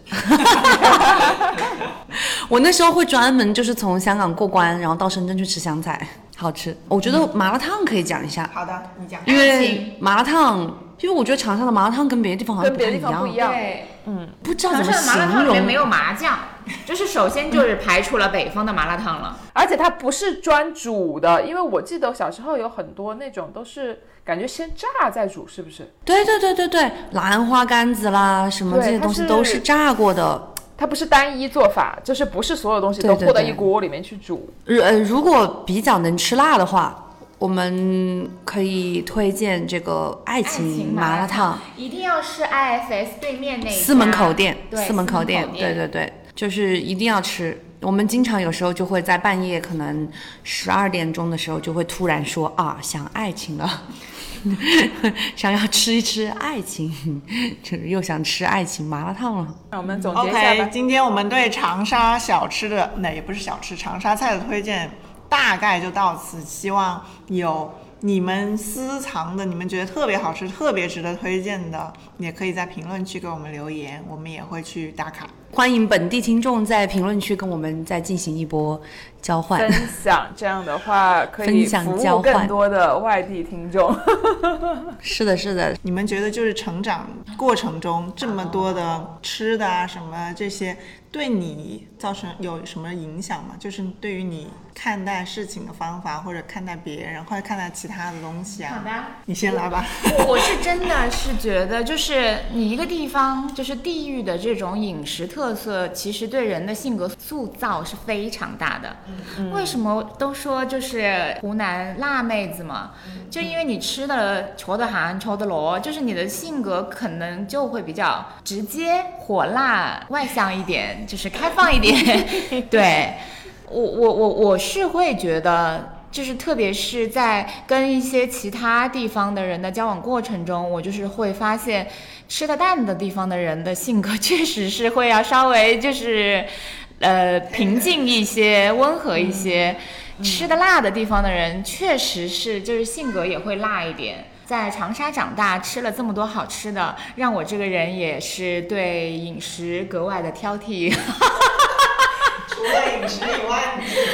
我那时候会专门就是从香港过关，然后到深圳去吃香菜，好吃。我觉得麻辣烫可以讲一下。 好的，你讲。 因为麻辣烫，因为我觉得长沙的麻辣烫跟别的地方好像不太一样。 对， 不知道怎么形容。 长沙的麻辣烫里面没有麻酱，就是首先就是排除了北方的麻辣烫了。 而且它不是专煮的，因为我记得小时候有很多那种都是感觉先炸再煮，是不是？ 对，兰花干子啦，什么这些东西都是炸过的。 它不是单一做法，就是不是所有东西都和到一锅里面去煮。 如果比较能吃辣的话，我们可以推荐这个爱情麻辣烫， 一定要是 IFS 对面那一家四门口店，对，就是一定要吃。我们经常有时候就会在半夜可能12点钟的时候就会突然说啊，想爱情了。想要吃一吃爱情，就是又想吃爱情麻辣烫了。 那我们总结一下吧。 今天我们对长沙小吃的，那也不是小吃，长沙菜的推荐大概就到此。希望有你们私藏的，你们觉得特别好吃、特别值得推荐的，也可以在评论区给我们留言，我们也会去打卡。 欢迎本地听众在评论区跟我们再进行一波交换分享，这样的话可以服务更多的外地听众。 是的， 你们觉得就是成长过程中这么多的吃的啊什么这些，对你造成有什么影响吗？就是对于你看待事情的方法，或者看待别人，或者看待其他的东西啊。 好的， 你先来吧。 我是真的是觉得，就是你一个地方就是地域的这种饮食特色，其实对人的性格塑造是非常大的。为什么都说就是湖南辣妹子嘛？就因为你吃的戳的寒戳的罗，就是你的性格可能就会比较直接、火辣、外向一点，就是开放一点。对，我是会觉得。就是特别是在跟一些其他地方的人的交往过程中，我就是会发现吃的淡的地方的人的性格确实是会要稍微就是平静一些，温和一些。吃的辣的地方的人确实是就是性格也会辣一点。在长沙长大，吃了这么多好吃的，让我这个人也是对饮食格外的挑剔。 除了饮食以外， 就是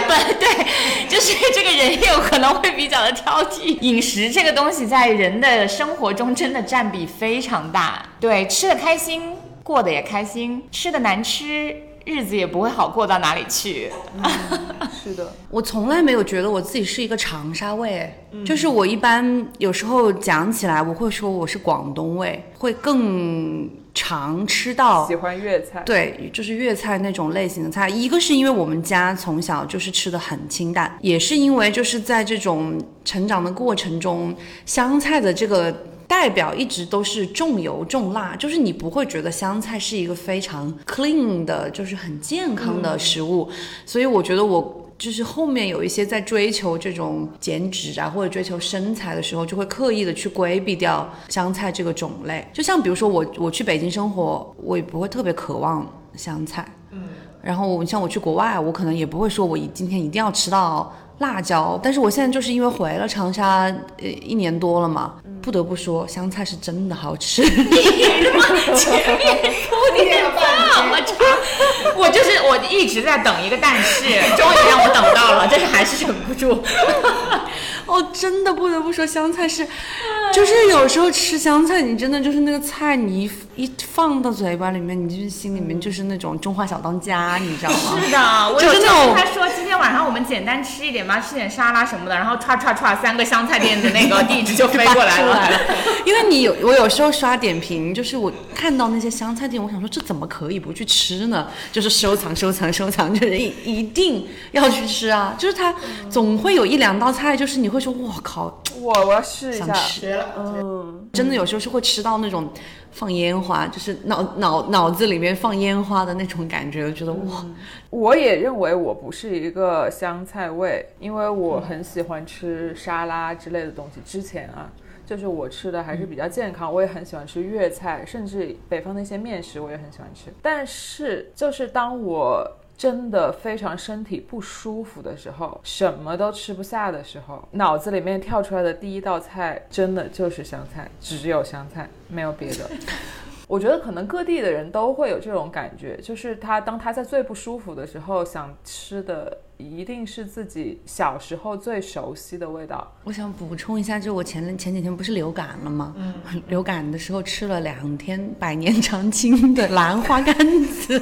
对，就是这个人也有可能会比较的挑剔。饮食这个东西在人的生活中真的占比非常大，对，吃的开心，过得也开心，吃的难吃，日子也不会好过到哪里去。 是的， 我从来没有觉得我自己是一个长沙味，就是我一般有时候讲起来，我会说我是广东味，会更常吃到喜欢粤菜， 对，就是粤菜那种类型的菜。一个是因为我们家从小就是吃的很清淡，也是因为就是在这种成长的过程中，湘菜的这个代表一直都是重油重辣，就是你不会觉得湘菜是一个非常 clean 的，就是很健康的食物，所以我觉得我就是后面有一些在追求这种减脂啊，或者追求身材的时候，就会刻意的去规避掉湘菜这个种类。就像比如说我去北京生活，我也不会特别渴望湘菜，然后像我去国外，我可能也不会说我今天一定要吃到辣椒，但是我现在就是因为回了长沙1年多了嘛，不得不说湘菜是真的好吃。 前面铺垫这么长，我一直在等一个但是，终于让我等到了，但是还是忍不住。 哦，真的不得不说湘菜是，就是有时候吃湘菜，你真的就是那个菜，你一放到嘴巴里面，你就是心里面就是那种中华小当家，你知道吗？ 是的，我有时候跟他说今天晚上我们简单吃一点吧，吃点沙拉什么的，然后歘3个湘菜店的那个地址就飞过来了。 因为我有时候刷点评，就是我看到那些湘菜店，我想说这怎么可以不去吃呢？就是收藏，就是一定要去吃啊！就是它总会有1-2道菜，就是你会说哇靠， 我要试一下， 真的有时候是会吃到那种放烟花，就是脑子里面放烟花的那种感觉，我觉得哇。 我也认为我不是一个湘菜味，因为我很喜欢吃沙拉之类的东西。之前啊，就是我吃的还是比较健康，我也很喜欢吃粤菜，甚至北方的一些面食我也很喜欢吃。但是就是当我真的非常身体不舒服的时候，什么都吃不下的时候，脑子里面跳出来的第一道菜真的就是湘菜，只有湘菜，没有别的。我觉得可能各地的人都会有这种感觉，就是当他在最不舒服的时候，想吃的一定是自己小时候最熟悉的味道。 我想补充一下，就我前几天不是流感了吗？流感的时候吃了2天百年长青的兰花干子。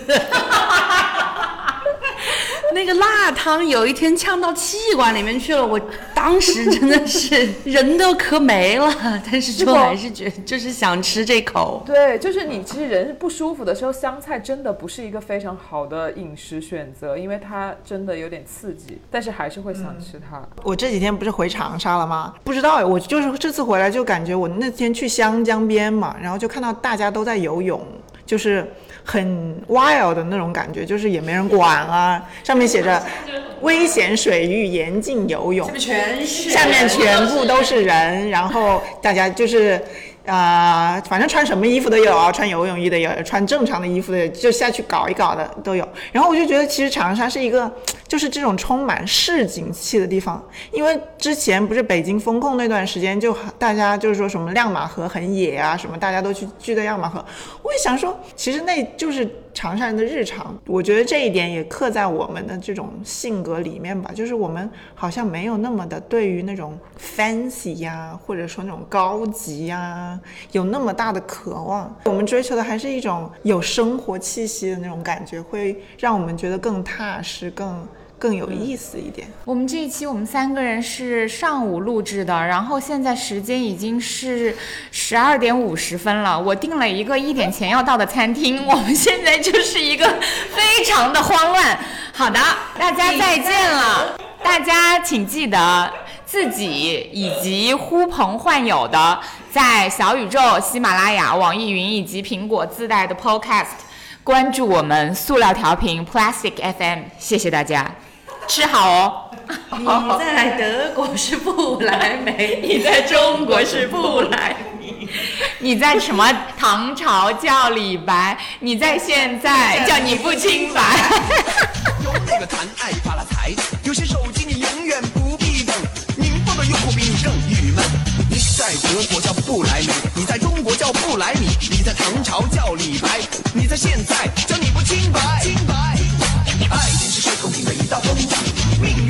那个辣汤有一天呛到气管里面去了，我当时真的是人都咳没了，但是就还是觉得就是想吃这口。 对，就是你其实人不舒服的时候，湘菜真的不是一个非常好的饮食选择，因为它真的有点刺激，但是还是会想吃它。 我这几天不是回长沙了吗？不知道，我就是这次回来就感觉我那天去湘江边嘛，然后就看到大家都在游泳，就是很 wild 的那种感觉，就是也没人管啊，上面写着危险水域严禁游泳，下面全部都是人，然后大家就是反正穿什么衣服都有啊，穿游泳衣的有，穿正常的衣服的就下去搞一搞的都有。然后我就觉得其实长沙是一个就是这种充满市井气的地方，因为之前不是北京封控那段时间，就大家就是说什么亮马河很野啊，什么大家都聚在亮马河，我也想说其实那就是长沙人的日常。我觉得这一点也刻在我们的这种性格里面吧，就是我们好像没有那么的对于那种 fancy 呀，或者说那种高级呀有那么大的渴望，我们追求的还是一种有生活气息的那种感觉，会让我们觉得更踏实更有意思一点。 我们这一期我们3个人是上午录制的，然后现在时间已经是12点50分了。我订了一个1点前要到的餐厅，我们现在就是一个非常的慌乱。好的，大家再见了。大家请记得自己以及呼朋唤友的在小宇宙、喜马拉雅、网易云以及苹果自带的 Podcast 关注我们塑料调频 Plastic FM， 谢谢大家，吃好哦。 你在德国是布莱梅，你在中国是布莱尼， 你在什么唐朝叫李白，你在现在叫你不清白。 有那个谈爱发了财，有些手机你永远不必等，宁波的用户比你更郁闷。你在德国叫布莱梅，你在中国叫布莱尼，你在唐朝叫李白，你在现在叫你不清白。爱情是水口里的一道风筝，命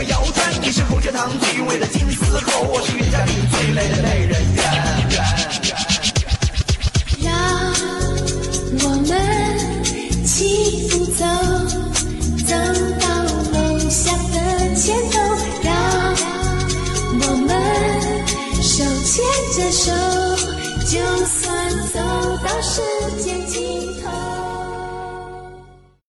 会谣传，你是孔雀堂最韵味的金丝猴，我是岳家岭最美的美人缘。 让我们齐步走，走到梦想的前头，让我们手牵着手，就算走到世界尽头。